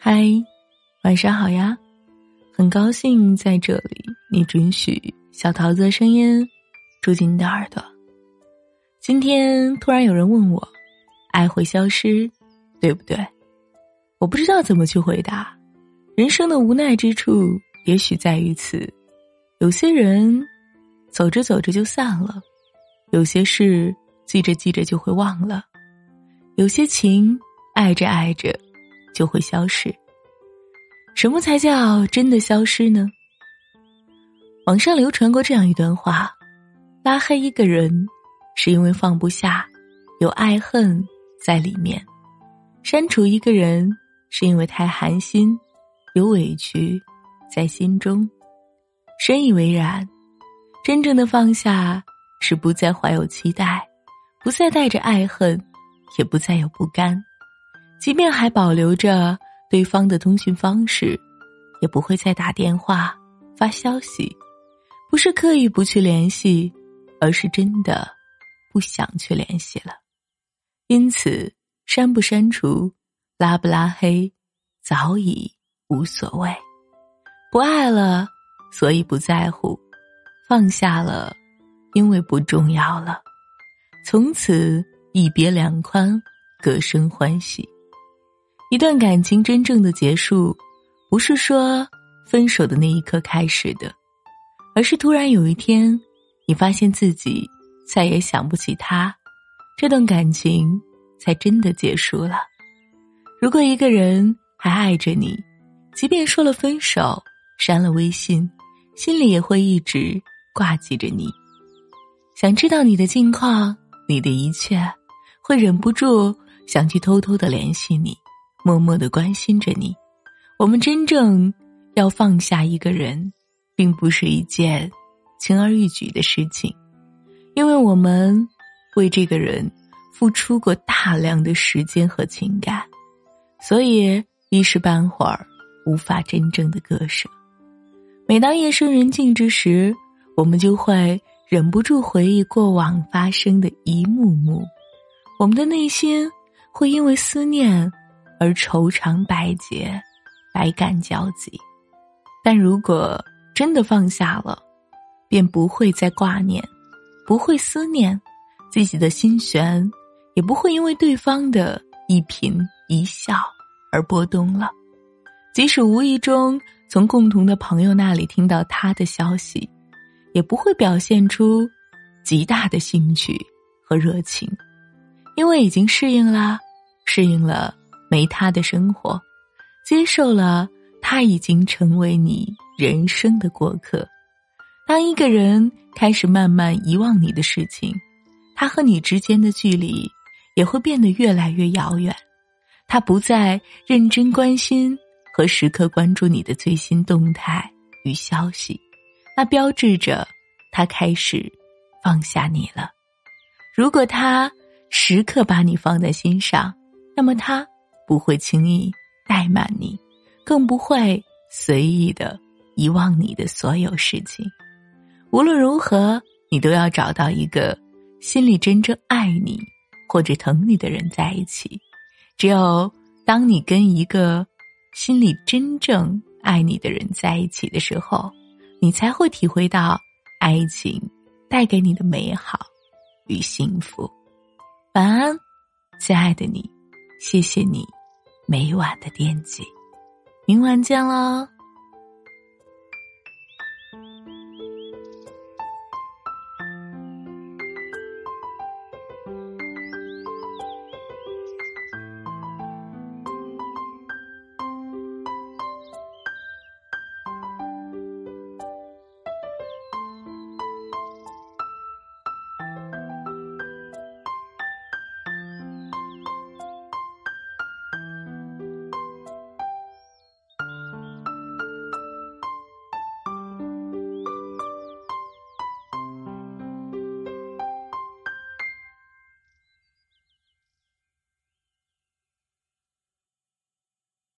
嗨，晚上好呀，很高兴在这里你准许小桃子的声音住进你的耳朵。今天突然有人问我，爱会消失，对不对？我不知道怎么去回答。人生的无奈之处也许在于此，有些人走着走着就散了，有些事记着记着就会忘了，有些情爱着爱着就会消失。什么才叫真的消失呢？网上流传过这样一段话，拉黑一个人是因为放不下，有爱恨在里面；删除一个人是因为太寒心，有委屈在心中。深以为然，真正的放下是不再怀有期待，不再带着爱恨，也不再有不甘，即便还保留着对方的通讯方式，也不会再打电话发消息，不是刻意不去联系，而是真的不想去联系了。因此删不删除，拉不拉黑，早已无所谓。不爱了，所以不在乎；放下了，因为不重要了。从此一别两宽，各生欢喜。一段感情真正的结束，不是说分手的那一刻开始的，而是突然有一天，你发现自己再也想不起他，这段感情才真的结束了。如果一个人还爱着你，即便说了分手，删了微信，心里也会一直挂记着你，想知道你的近况，你的一切，会忍不住想去偷偷地联系你，默默地关心着你。我们真正要放下一个人，并不是一件轻而易举的事情，因为我们为这个人付出过大量的时间和情感，所以一时半会儿无法真正的割舍。每当夜深人静之时，我们就会忍不住回忆过往发生的一幕幕，我们的内心会因为思念而愁肠百结，百感交集。但如果真的放下了，便不会再挂念，不会思念，自己的心弦也不会因为对方的一颦一笑而波动了。即使无意中从共同的朋友那里听到他的消息，也不会表现出极大的兴趣和热情，因为已经适应了没他的生活，接受了他已经成为你人生的过客。当一个人开始慢慢遗忘你的事情，他和你之间的距离也会变得越来越遥远。他不再认真关心和时刻关注你的最新动态与消息，那标志着他开始放下你了。如果他时刻把你放在心上，那么他不会轻易怠慢你，更不会随意的遗忘你的所有事情。无论如何，你都要找到一个心里真正爱你或者疼你的人在一起。只有当你跟一个心里真正爱你的人在一起的时候，你才会体会到爱情带给你的美好与幸福。晚安，亲爱的你，谢谢你每晚的惦记，明晚见喽。